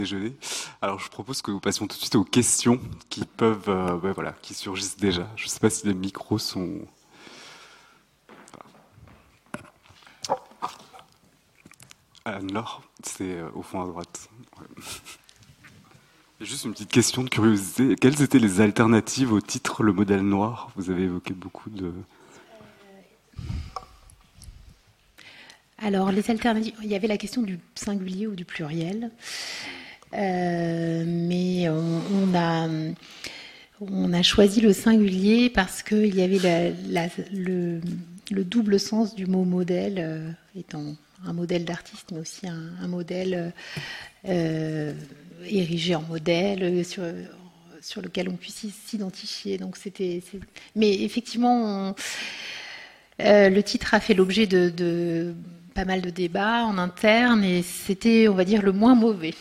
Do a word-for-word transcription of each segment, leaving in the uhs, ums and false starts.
Déjeuner. Alors je propose que nous passions tout de suite aux questions qui peuvent, euh, ouais, voilà, qui surgissent déjà. Je ne sais pas si les micros sont. Anne-Laure, c'est euh, au fond à droite. Ouais. Et juste une petite question de curiosité. Quelles étaient les alternatives au titre Le modèle noir? Vous avez évoqué beaucoup de. Alors, les alternatives, il y avait la question du singulier ou du pluriel. Euh, mais on, on, a, on a choisi le singulier parce qu'il y avait la, la, le, le double sens du mot modèle, euh, étant un modèle d'artiste, mais aussi un, un modèle euh, érigé en modèle, sur, sur lequel on puisse s'identifier. Donc c'était, c'est... Mais effectivement, on, euh, le titre a fait l'objet de, de pas mal de débats en interne, et c'était, on va dire, le moins mauvais.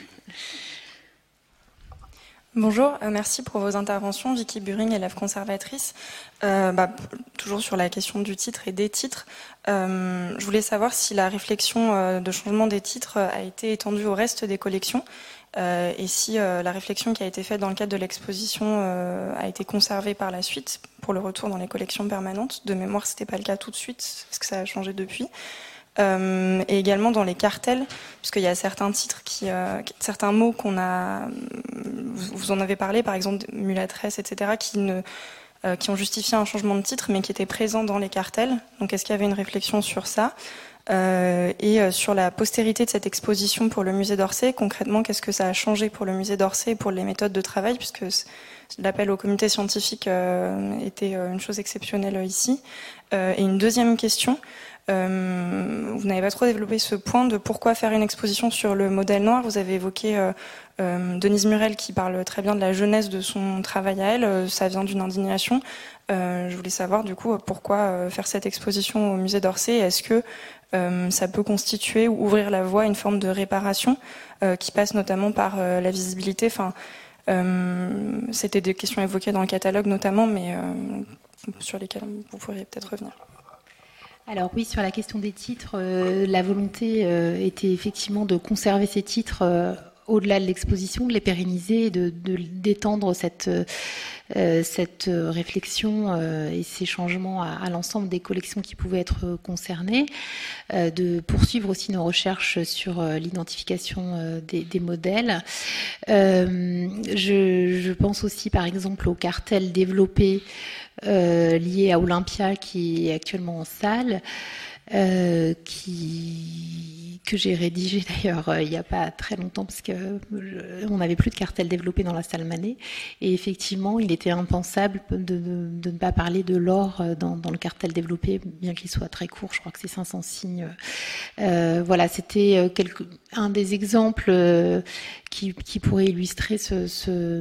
Bonjour, euh, merci pour vos interventions. Vicky Buring, élève conservatrice. Euh, bah, toujours sur la question du titre et des titres, euh, je voulais savoir si la réflexion euh, de changement des titres a été étendue au reste des collections euh, et si euh, la réflexion qui a été faite dans le cadre de l'exposition euh, a été conservée par la suite pour le retour dans les collections permanentes. De mémoire, c'était pas le cas tout de suite, parce que ça a changé depuis. Euh, et également dans les cartels, puisqu'il y a certains titres, qui, euh, certains mots qu'on a, vous en avez parlé, par exemple mulâtresse, et cetera, qui, ne, euh, qui ont justifié un changement de titre, mais qui étaient présents dans les cartels. Donc, est-ce qu'il y avait une réflexion sur ça euh, et euh, sur la postérité de cette exposition pour le musée d'Orsay? Concrètement, qu'est-ce que ça a changé pour le musée d'Orsay et pour les méthodes de travail, puisque l'appel au comité scientifique euh, était une chose exceptionnelle ici. Euh, et une deuxième question. Euh, vous n'avez pas trop développé ce point de pourquoi faire une exposition sur le modèle noir. Vous avez évoqué euh, euh, Denise Murel qui parle très bien de la jeunesse de son travail à elle. Euh, ça vient d'une indignation. Euh, je voulais savoir du coup pourquoi euh, faire cette exposition au musée d'Orsay. Est-ce que euh, ça peut constituer ou ouvrir la voie à une forme de réparation euh, qui passe notamment par euh, la visibilité. Enfin, euh, c'était des questions évoquées dans le catalogue notamment, mais euh, sur lesquelles vous pourriez peut-être revenir. Alors oui, sur la question des titres, euh, la volonté euh, était effectivement de conserver ces titres euh, au-delà de l'exposition, de les pérenniser et de, de, d'étendre cette, euh, cette réflexion euh, et ces changements à, à l'ensemble des collections qui pouvaient être concernées, euh, de poursuivre aussi nos recherches sur euh, l'identification euh, des, des modèles. Euh, je, je pense aussi par exemple au cartel développé Euh, lié à Olympia qui est actuellement en salle, euh, qui, que j'ai rédigé d'ailleurs euh, il n'y a pas très longtemps parce que je, on n'avait plus de cartel développé dans la salle Manet, et effectivement il était impensable de, de, de ne pas parler de l'or dans, dans le cartel développé, bien qu'il soit très court, je crois que c'est cinq cents signes. Euh, voilà, c'était quelque, un des exemples euh, qui, qui pourrait illustrer ce, ce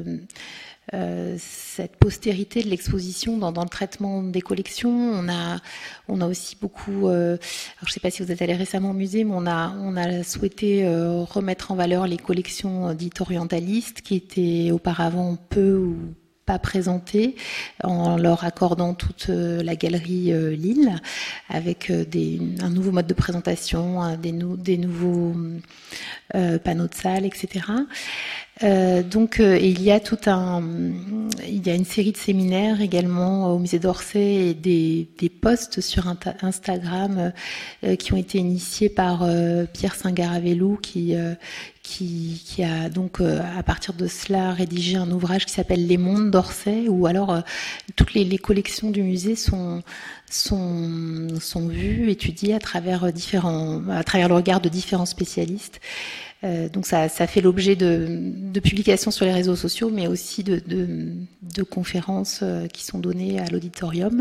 Euh, cette postérité de l'exposition dans, dans le traitement des collections. On a, on a aussi beaucoup, euh, alors je ne sais pas si vous êtes allé récemment au musée, mais on a, on a souhaité euh, remettre en valeur les collections dites orientalistes qui étaient auparavant peu ou pas présentées, en leur accordant toute la galerie euh, Lille avec euh, des, un nouveau mode de présentation, hein, des, nou, des nouveaux euh, panneaux de salle, et cetera. Euh, donc, euh, il y a tout un, il y a une série de séminaires également au musée d'Orsay et des, des posts sur Instagram euh, qui ont été initiés par euh, Pierre Saint-Garavelou qui, euh, qui, qui a donc euh, à partir de cela rédigé un ouvrage qui s'appelle Les Mondes d'Orsay, où alors euh, toutes les, les collections du musée sont sont sont vues, étudiées à travers différents, à travers le regard de différents spécialistes. Euh, donc ça, ça fait l'objet de, de publications sur les réseaux sociaux, mais aussi de, de, de conférences euh, qui sont données à l'auditorium.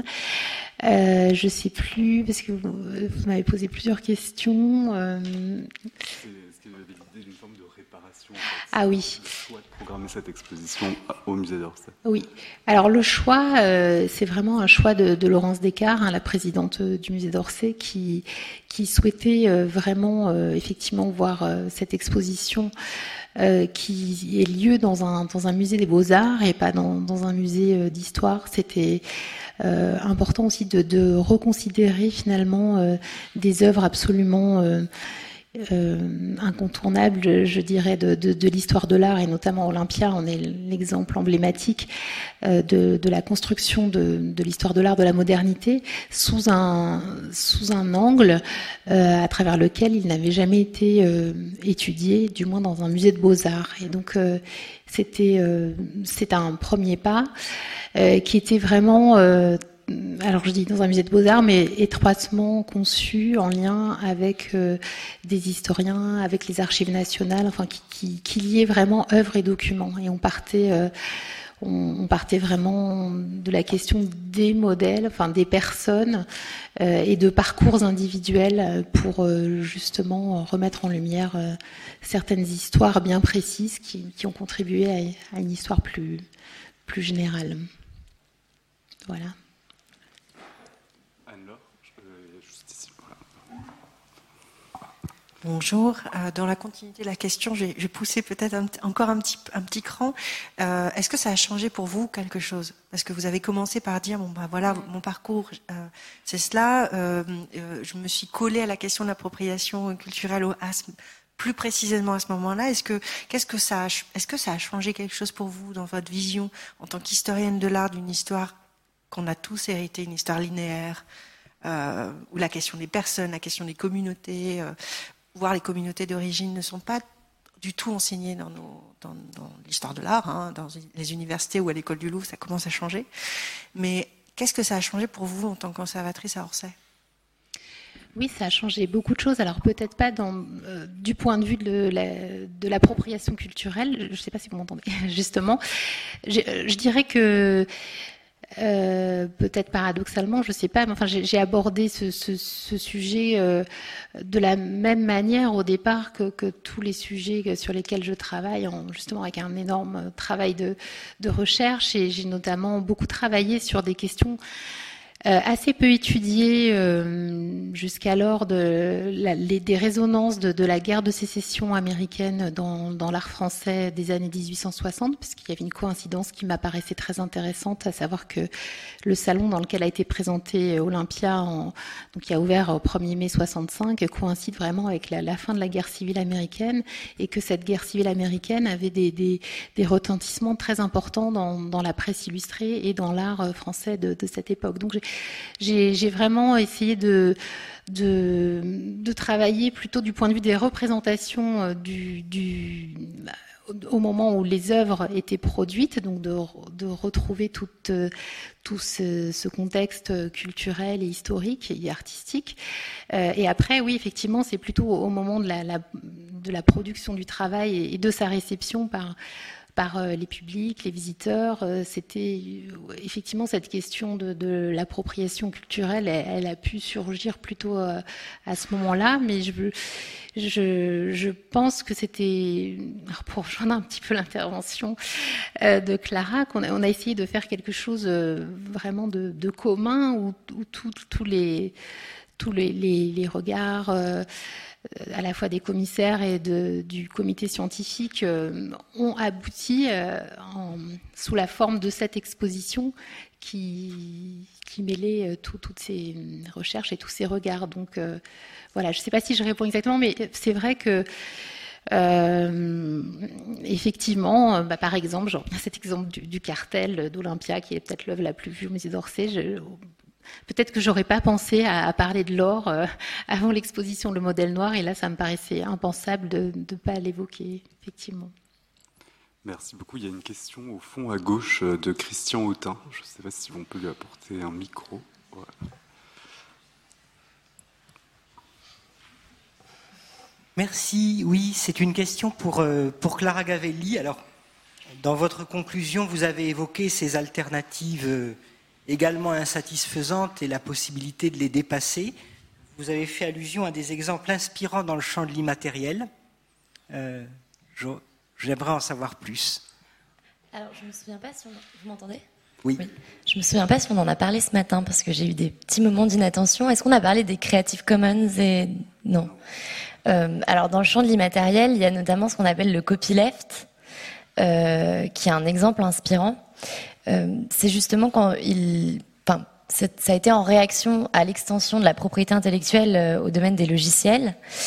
Euh, je ne sais plus, parce que vous, vous m'avez posé plusieurs questions. Euh... Est-ce que vous avez l'idée d'une forme de réparation en fait, Ah oui. Le choix de programmer cette exposition au musée d'Orsay. Oui. Alors le choix, euh, c'est vraiment un choix de, de Laurence Descartes, hein, la présidente du musée d'Orsay, qui, qui souhaitait euh, vraiment euh, effectivement voir euh, cette exposition euh, qui ait lieu dans un, dans un musée des Beaux-Arts et pas dans, dans un musée euh, d'histoire. C'était euh, important aussi de, de reconsidérer finalement euh, des œuvres absolument... Euh, euh, incontournable, je dirais, de, de, de l'histoire de l'art, et notamment Olympia en est l'exemple emblématique euh, de, de la construction de, de l'histoire de l'art de la modernité sous un, sous un angle euh, à travers lequel il n'avait jamais été euh, étudié, du moins dans un musée de beaux-arts. Et donc euh, c'était euh, c'était un premier pas euh, qui était vraiment euh, alors je dis dans un musée de beaux-arts, mais étroitement conçu en lien avec euh, des historiens, avec les archives nationales, enfin qui, qui, qui liait vraiment œuvres et documents. Et on partait, euh, on, on partait vraiment de la question des modèles, enfin des personnes euh, et de parcours individuels pour euh, justement remettre en lumière euh, certaines histoires bien précises qui, qui ont contribué à, à une histoire plus, plus générale. Voilà. Bonjour. Euh, dans la continuité de la question, j'ai, j'ai poussé peut-être un, encore un petit, un petit cran. Euh, est-ce que ça a changé pour vous quelque chose ? Parce que vous avez commencé par dire, bon ben voilà, mon parcours, euh, c'est cela. Euh, euh, je me suis collée à la question de l'appropriation culturelle au, à ce, plus précisément à ce moment-là. Est-ce que, qu'est-ce que ça a, est-ce que ça a changé quelque chose pour vous dans votre vision en tant qu'historienne de l'art d'une histoire qu'on a tous hérité, une histoire linéaire, euh, où la question des personnes, la question des communautés, euh, voire les communautés d'origine ne sont pas du tout enseignées dans, nos, dans, dans l'histoire de l'art, hein, dans les universités ou à l'école du Louvre, ça commence à changer. Mais qu'est-ce que ça a changé pour vous en tant que conservatrice à Orsay ? Oui, ça a changé beaucoup de choses. Alors peut-être pas dans, euh, du point de vue de, la, de l'appropriation culturelle. Je ne sais pas si vous m'entendez, justement. Je, je dirais que Euh, peut-être paradoxalement, je ne sais pas, mais enfin, j'ai, j'ai abordé ce, ce, ce sujet euh, de la même manière au départ que, que tous les sujets sur lesquels je travaille, en, justement avec un énorme travail de, de recherche, et j'ai notamment beaucoup travaillé sur des questions Euh, assez peu étudié euh, jusqu'alors de la, les, des résonances de, de la guerre de sécession américaine dans, dans l'art français des années dix-huit cent soixante, puisqu'il y avait une coïncidence qui m'apparaissait très intéressante, à savoir que le salon dans lequel a été présenté Olympia, en, donc qui a ouvert au premier mai soixante-cinq, coïncide vraiment avec la, la fin de la guerre civile américaine, et que cette guerre civile américaine avait des, des, des retentissements très importants dans, dans la presse illustrée et dans l'art français de, de cette époque. Donc j'ai J'ai, j'ai vraiment essayé de, de, de travailler plutôt du point de vue des représentations du, du, au moment où les œuvres étaient produites, donc de, de retrouver tout, tout ce, ce contexte culturel et historique et artistique. Euh, et après, oui, effectivement, c'est plutôt au moment de la, la, de la production du travail et, et de sa réception par par les publics, les visiteurs. C'était effectivement cette question de, de l'appropriation culturelle, elle, elle a pu surgir plutôt à ce moment-là, mais je, je, je pense que c'était, pour rejoindre un petit peu l'intervention de Clara, qu'on a, on a essayé de faire quelque chose vraiment de, de commun, où, où tous les, tous les, les, les regards à la fois des commissaires et de, du comité scientifique euh, ont abouti euh, en, sous la forme de cette exposition qui, qui mêlait euh, tout, toutes ces recherches et tous ces regards. Donc euh, voilà, je ne sais pas si je réponds exactement, mais c'est vrai que Euh, effectivement, bah, par exemple, genre, cet exemple du, du cartel d'Olympia, qui est peut-être l'œuvre la plus vue au musée d'Orsay, je, peut-être que j'aurais pas pensé à, à parler de l'or euh, avant l'exposition Le Modèle Noir, et là ça me paraissait impensable de ne pas l'évoquer, effectivement. Merci beaucoup. Il y a une question au fond à gauche de Christian Autin. Je ne sais pas si on peut lui apporter un micro. Voilà. Merci. Oui, c'est une question pour, euh, pour Clara Gavelli. Alors, dans votre conclusion, vous avez évoqué ces alternatives euh, également insatisfaisantes et la possibilité de les dépasser. Vous avez fait allusion à des exemples inspirants dans le champ de l'immatériel. Euh, je, j'aimerais en savoir plus. Alors, je ne me souviens pas si on... Vous m'entendez ? Oui. oui. Je ne me souviens pas si on en a parlé ce matin, parce que j'ai eu des petits moments d'inattention. Est-ce qu'on a parlé des Creative Commons et... Non. Euh, alors, dans le champ de l'immatériel, il y a notamment ce qu'on appelle le copyleft, euh, qui est un exemple inspirant. Euh, c'est justement quand il... Enfin, ça a été en réaction à l'extension de la propriété intellectuelle euh, au domaine des logiciels.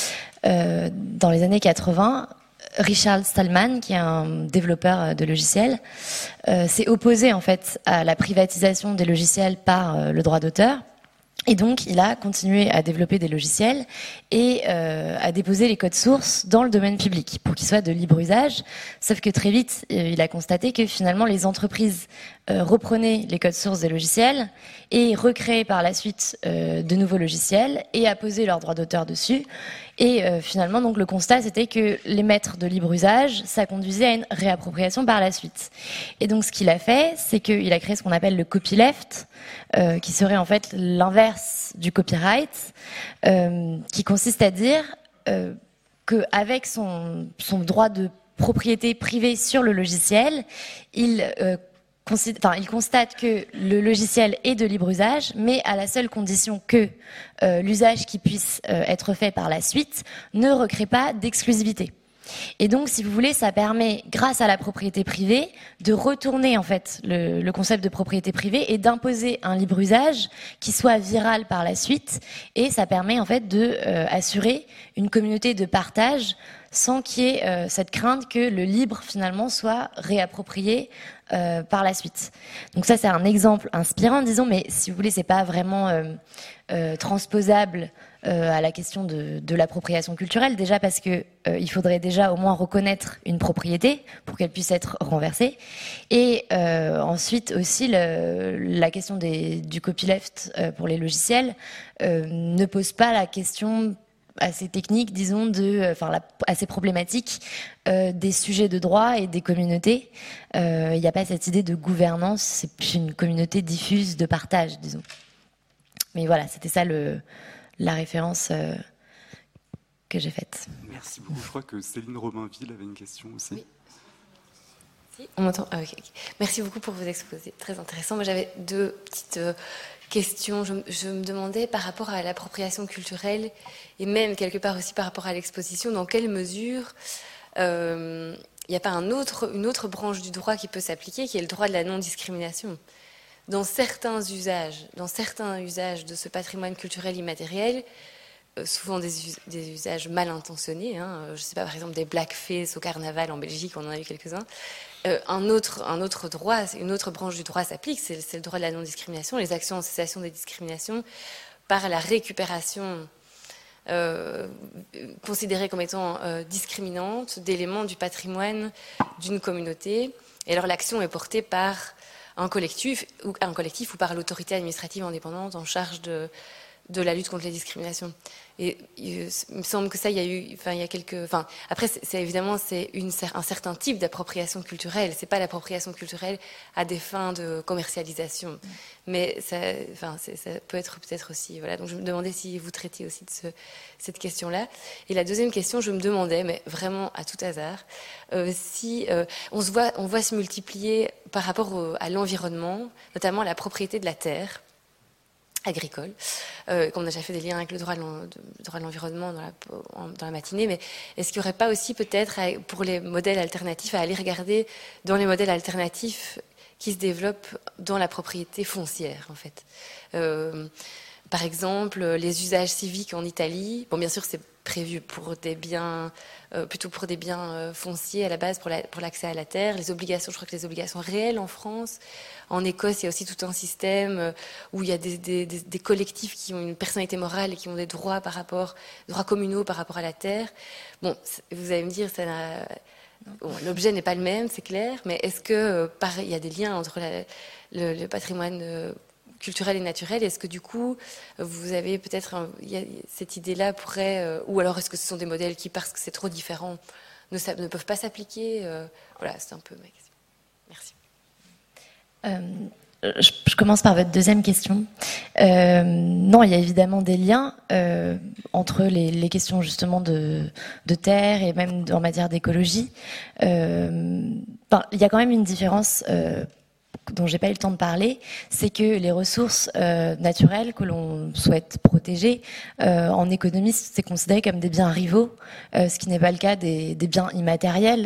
euh, dans les années quatre-vingts, Richard Stallman, qui est un développeur de logiciels, euh, s'est opposé en fait à la privatisation des logiciels par euh, le droit d'auteur. Et donc, il a continué à développer des logiciels et euh, à déposer les codes sources dans le domaine public pour qu'ils soient de libre usage. Sauf que très vite, euh, il a constaté que finalement, les entreprises euh, reprenaient les codes sources des logiciels et recréaient par la suite euh, de nouveaux logiciels et apposaient leurs droits d'auteur dessus. Et euh, finalement, donc, le constat, c'était que les maîtres de libre usage, ça conduisait à une réappropriation par la suite. Et donc, ce qu'il a fait, c'est qu'il a créé ce qu'on appelle le copyleft, euh, qui serait en fait l'inverse du copyright, euh, qui consiste à dire euh, qu'avec son, son droit de propriété privée sur le logiciel, il euh, Enfin, il constate que le logiciel est de libre usage, mais à la seule condition que euh, l'usage qui puisse euh, être fait par la suite ne recrée pas d'exclusivité. Et donc, si vous voulez, ça permet, grâce à la propriété privée, de retourner en fait le, le concept de propriété privée et d'imposer un libre usage qui soit viral par la suite. Et ça permet en fait de euh, assurer une communauté de partage sans qu'il y ait euh, cette crainte que le libre finalement soit réapproprié euh, par la suite. Donc ça, c'est un exemple inspirant, disons, mais si vous voulez, c'est pas vraiment euh, euh, transposable euh, à la question de, de l'appropriation culturelle. Déjà parce que euh, il faudrait déjà au moins reconnaître une propriété pour qu'elle puisse être renversée. Et euh, ensuite aussi le, la question des, du copyleft euh, pour les logiciels euh, ne pose pas la question assez technique, disons, de, enfin, la, assez problématique euh, des sujets de droit et des communautés. Il euh, n'y a pas cette idée de gouvernance, c'est une communauté diffuse de partage, disons. Mais voilà, c'était ça le, la référence euh, que j'ai faite. Merci beaucoup. Je crois que Céline Romainville avait une question aussi. Oui. Si, on m'entend. Ah, okay, okay. Merci beaucoup pour vos exposés, très intéressant. Moi, j'avais deux petites euh, questions. Je, je me demandais par rapport à l'appropriation culturelle et même quelque part aussi par rapport à l'exposition, dans quelle mesure il euh, n'y a pas un autre, une autre branche du droit qui peut s'appliquer, qui est le droit de la non-discrimination. Dans certains usages, dans certains usages de ce patrimoine culturel immatériel, euh, souvent des, us des usages mal intentionnés, hein, je ne sais pas, par exemple des blackface au carnaval en Belgique, on en a eu quelques-uns, euh, un, autre, un autre droit, une autre branche du droit s'applique, c'est le droit de la non-discrimination, les actions en cessation des discriminations par la récupération Euh, considérées comme étant euh, discriminantes d'éléments du patrimoine d'une communauté. Et alors l'action est portée par un collectif ou, un collectif ou par l'autorité administrative indépendante en charge de, de la lutte contre les discriminations. Et il, il me semble que ça, il y a eu, enfin, il y a quelques, enfin, après, c'est évidemment, c'est une, un certain type d'appropriation culturelle. C'est pas l'appropriation culturelle à des fins de commercialisation, mmh. mais ça, enfin, ça peut être peut-être aussi, voilà. Donc, je me demandais si vous traitiez aussi de ce, cette question-là. Et la deuxième question, je me demandais, mais vraiment à tout hasard, euh, si euh, on se voit, on voit se multiplier par rapport au, à l'environnement, notamment à la propriété de la terre agricole, euh, qu'on a déjà fait des liens avec le droit de l'environnement dans la, dans la matinée, mais est-ce qu'il n'y aurait pas aussi peut-être, pour les modèles alternatifs, à aller regarder dans les modèles alternatifs qui se développent dans la propriété foncière, en fait. Euh, par exemple, les usages civiques en Italie, bon, bien sûr, c'est prévu pour des biens, euh, plutôt pour des biens euh, fonciers à la base, pour l'accès la, pour à la terre. Les obligations, je crois que les obligations réelles en France. En Écosse, il y a aussi tout un système euh, où il y a des, des, des, des collectifs qui ont une personnalité morale et qui ont des droits par rapport, droits communaux par rapport à la terre. Bon, vous allez me dire, ça n'a... Bon, l'objet n'est pas le même, c'est clair, mais est-ce que euh, par, il y a des liens entre la, le, le patrimoine euh, culturel et naturel? Est-ce que du coup, vous avez peut-être un, cette idée-là pourrait, euh, ou alors est-ce que ce sont des modèles qui, parce que c'est trop différent, ne, ne peuvent pas s'appliquer? euh, Voilà, c'est un peu ma question. Merci. Euh, je, je commence par votre deuxième question. Euh, non, il y a évidemment des liens euh, entre les, les questions justement de, de terre et même en matière d'écologie. Euh, enfin, il y a quand même une différence euh, dont j'ai pas eu le temps de parler, c'est que les ressources euh, naturelles que l'on souhaite protéger, euh, en économie, c'est considéré comme des biens rivaux, euh, ce qui n'est pas le cas des, des biens immatériels.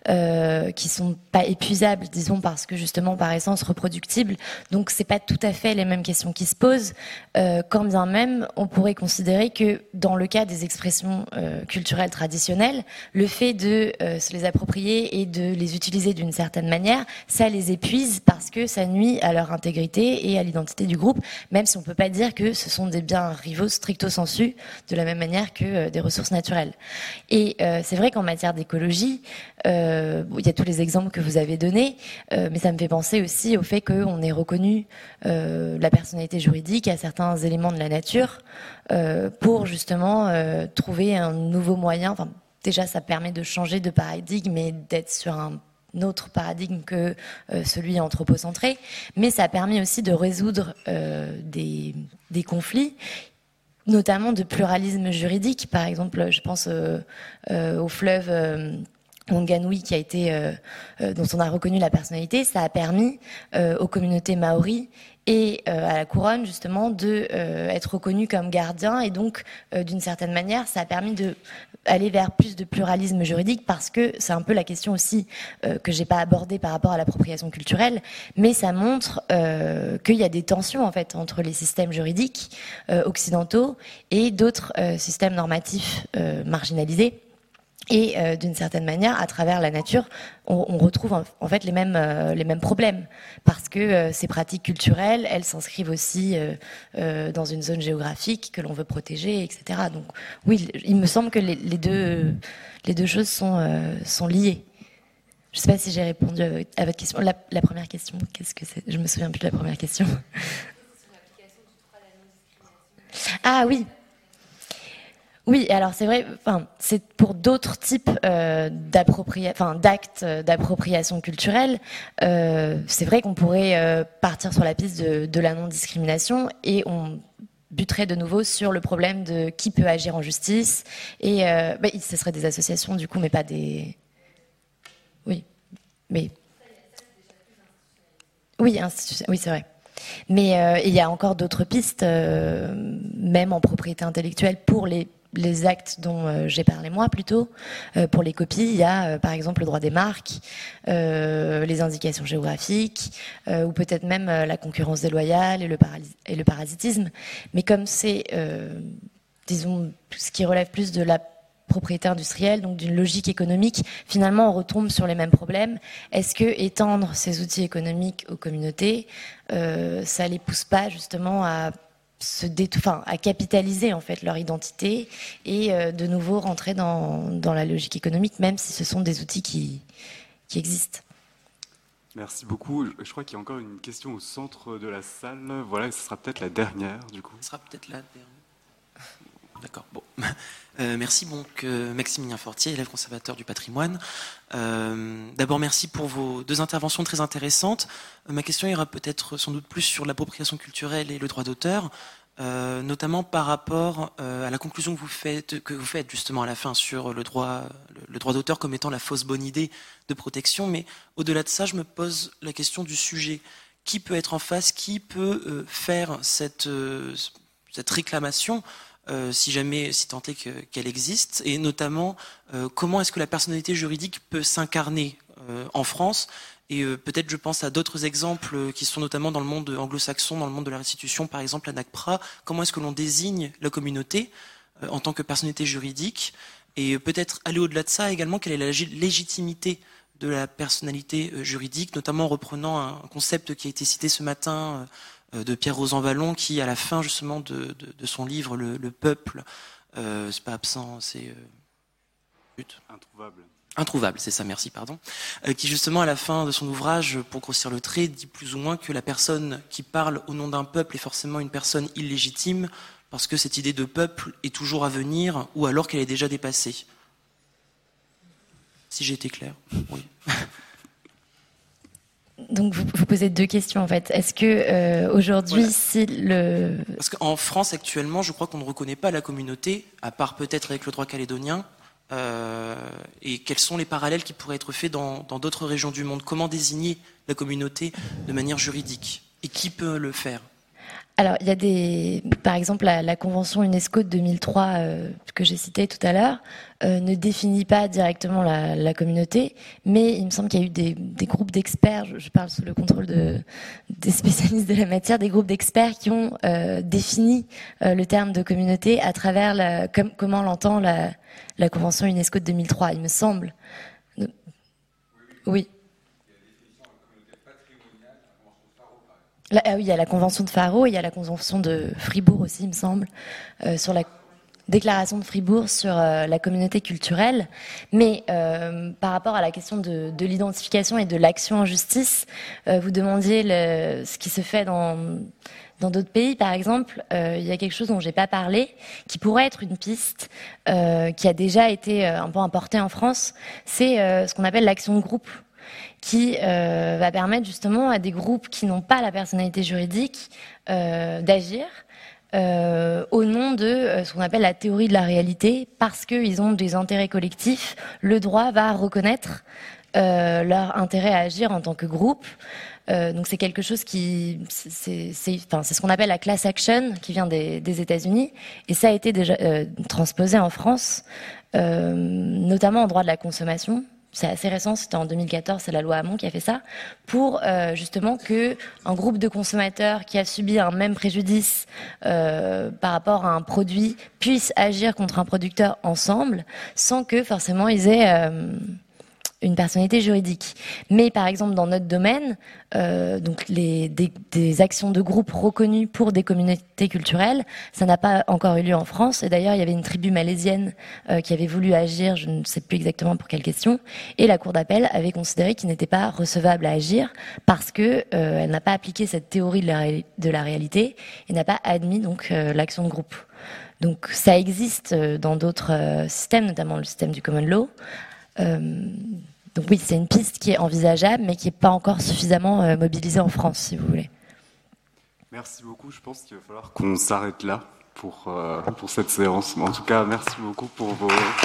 euh, qui sont pas épuisables, disons, parce que justement par essence reproductibles. Donc c'est pas tout à fait les mêmes questions qui se posent, euh, quand bien même on pourrait considérer que dans le cas des expressions euh, culturelles traditionnelles, le fait de euh, se les approprier et de les utiliser d'une certaine manière, ça les épuise parce que ça nuit à leur intégrité et à l'identité du groupe, même si on peut pas dire que ce sont des biens rivaux stricto sensu, de la même manière que euh, des ressources naturelles. Et euh, c'est vrai qu'en matière d'écologie, euh, bon, il y a tous les exemples que vous avez donnés, euh, mais ça me fait penser aussi au fait qu'on ait reconnu euh, la personnalité juridique à certains éléments de la nature euh, pour justement euh, trouver un nouveau moyen. Enfin, déjà, ça permet de changer de paradigme et d'être sur un autre paradigme que euh, celui anthropocentré, mais ça a permis aussi de résoudre euh, des, des conflits, notamment de pluralisme juridique. Par exemple, je pense euh, euh, au fleuve euh, Wanganui qui a été, euh, euh, dont on a reconnu la personnalité. Ça a permis euh, aux communautés maoris et euh, à la couronne justement de euh, être reconnus comme gardiens, et donc euh, d'une certaine manière ça a permis de aller vers plus de pluralisme juridique, parce que c'est un peu la question aussi euh, que j'ai pas abordée par rapport à l'appropriation culturelle, mais ça montre euh, qu'il y a des tensions en fait entre les systèmes juridiques euh, occidentaux et d'autres euh, systèmes normatifs euh, marginalisés. Et euh, d'une certaine manière, à travers la nature, on, on retrouve en, en fait les mêmes euh, les mêmes problèmes, parce que euh, ces pratiques culturelles, elles s'inscrivent aussi euh, euh, dans une zone géographique que l'on veut protéger, et cetera. Donc oui, il me semble que les, les deux les deux choses sont euh, sont liées. Je ne sais pas si j'ai répondu à votre question. La, la première question, qu'est-ce que c'est ? Je me souviens plus de la première question. Ah oui. Oui, alors c'est vrai, enfin, c'est pour d'autres types euh, d'appropria- enfin, d'actes d'appropriation culturelle. Euh, c'est vrai qu'on pourrait euh, partir sur la piste de, de la non-discrimination, et on buterait de nouveau sur le problème de qui peut agir en justice. Et euh, bah, ce seraient des associations du coup, mais pas des. Oui, mais. Oui, institution... oui, c'est vrai. Mais euh, il y a encore d'autres pistes, euh, même en propriété intellectuelle, pour les les actes dont euh, j'ai parlé moi plutôt. Euh, pour les copies, il y a euh, par exemple le droit des marques, euh, les indications géographiques, euh, ou peut-être même euh, la concurrence déloyale et le, paralis- et le parasitisme. Mais comme c'est, euh, disons, ce qui relève plus de la propriété industrielle, donc d'une logique économique, finalement on retombe sur les mêmes problèmes. Est-ce que étendre ces outils économiques aux communautés, euh, ça les pousse pas justement à se détou- enfin, à capitaliser en fait leur identité et euh, de nouveau rentrer dans, dans la logique économique, même si ce sont des outils qui, qui existent. Merci beaucoup. Je crois qu'il y a encore une question au centre de la salle. Voilà, ce sera peut-être la dernière du coup. Ce sera peut-être la dernière. D'accord. Bon. Euh, merci donc euh, Maximilien Fortier, élève conservateur du patrimoine. Euh, d'abord merci pour vos deux interventions très intéressantes. Euh, ma question ira peut-être sans doute plus sur l'appropriation culturelle et le droit d'auteur, euh, notamment par rapport euh, à la conclusion que vous faites, que vous faites justement à la fin sur le droit, le, le droit d'auteur comme étant la fausse bonne idée de protection. Mais au-delà de ça, je me pose la question du sujet. Qui peut être en face? Qui peut euh, faire cette, euh, cette réclamation? Euh, si jamais, si tant est que, qu'elle existe, et notamment euh, comment est-ce que la personnalité juridique peut s'incarner euh, en France, et euh, peut-être je pense à d'autres exemples qui sont notamment dans le monde anglo-saxon, dans le monde de la restitution, par exemple la NACPRA, comment est-ce que l'on désigne la communauté euh, en tant que personnalité juridique, et peut-être aller au-delà de ça également, quelle est la légitimité de la personnalité euh, juridique, notamment en reprenant un concept qui a été cité ce matin euh, de Pierre Rosanvallon, qui, à la fin justement de, de, de son livre Le, le Peuple, euh, c'est pas absent, c'est euh... introuvable. Introuvable, c'est ça, merci, pardon. Euh, qui justement, à la fin de son ouvrage, pour grossir le trait, dit plus ou moins que la personne qui parle au nom d'un peuple est forcément une personne illégitime, parce que cette idée de peuple est toujours à venir, ou alors qu'elle est déjà dépassée. Si j'ai été clair, oui. Donc vous, vous posez deux questions en fait. Est-ce que euh, aujourd'hui, voilà. si le... Parce qu'en France actuellement, je crois qu'on ne reconnaît pas la communauté, à part peut-être avec le droit calédonien. Euh, et quels sont les parallèles qui pourraient être faits dans, dans d'autres régions du monde? Comment désigner la communauté de manière juridique? Et qui peut le faire? Alors, il y a des, par exemple, la, la convention UNESCO de deux mille trois euh, que j'ai citée tout à l'heure euh, ne définit pas directement la, la communauté, mais il me semble qu'il y a eu des, des groupes d'experts. Je, je parle sous le contrôle de, des spécialistes de la matière, des groupes d'experts qui ont euh, défini euh, le terme de communauté à travers la, com, comment l'entend la, la convention UNESCO de deux mille trois. Il me semble. Oui. Là, ah oui, il y a la convention de Faro et il y a la convention de Fribourg aussi, il me semble, euh, sur la déclaration de Fribourg sur euh, la communauté culturelle. Mais euh, par rapport à la question de, de l'identification et de l'action en justice, euh, vous demandiez le, ce qui se fait dans dans d'autres pays, par exemple. Euh, il y a quelque chose dont j'ai pas parlé, qui pourrait être une piste, euh, qui a déjà été euh, un peu importée en France. C'est euh, ce qu'on appelle l'action de groupe, qui euh, va permettre justement à des groupes qui n'ont pas la personnalité juridique euh, d'agir euh, au nom de euh, ce qu'on appelle la théorie de la réalité, parce qu'ils ont des intérêts collectifs. Le droit va reconnaître euh, leur intérêt à agir en tant que groupe. Euh, donc c'est quelque chose qui, c'est, c'est, enfin, c'est ce qu'on appelle la class action, qui vient des, des États-Unis, et ça a été déjà euh, transposé en France, euh, notamment en droit de la consommation. C'est assez récent, c'était en deux mille quatorze, c'est la loi Hamon qui a fait ça, pour euh, justement que un groupe de consommateurs qui a subi un même préjudice euh, par rapport à un produit puisse agir contre un producteur ensemble, sans que forcément ils aient euh, une personnalité juridique. Mais par exemple dans notre domaine, euh, donc les, des, des actions de groupe reconnues pour des communautés culturelles, ça n'a pas encore eu lieu en France. Et d'ailleurs il y avait une tribu malaisienne euh, qui avait voulu agir, je ne sais plus exactement pour quelle question, et la cour d'appel avait considéré qu'il n'était pas recevable à agir parce que euh, elle n'a pas appliqué cette théorie de la, de la réalité et n'a pas admis donc euh, l'action de groupe. Donc ça existe dans d'autres euh, systèmes, notamment le système du common law. Euh, donc oui, c'est une piste qui est envisageable, mais qui n'est pas encore suffisamment euh, mobilisée en France, si vous voulez. Merci beaucoup. Je pense qu'il va falloir qu'on s'arrête là pour, euh, pour cette séance. En tout cas, merci beaucoup pour vos...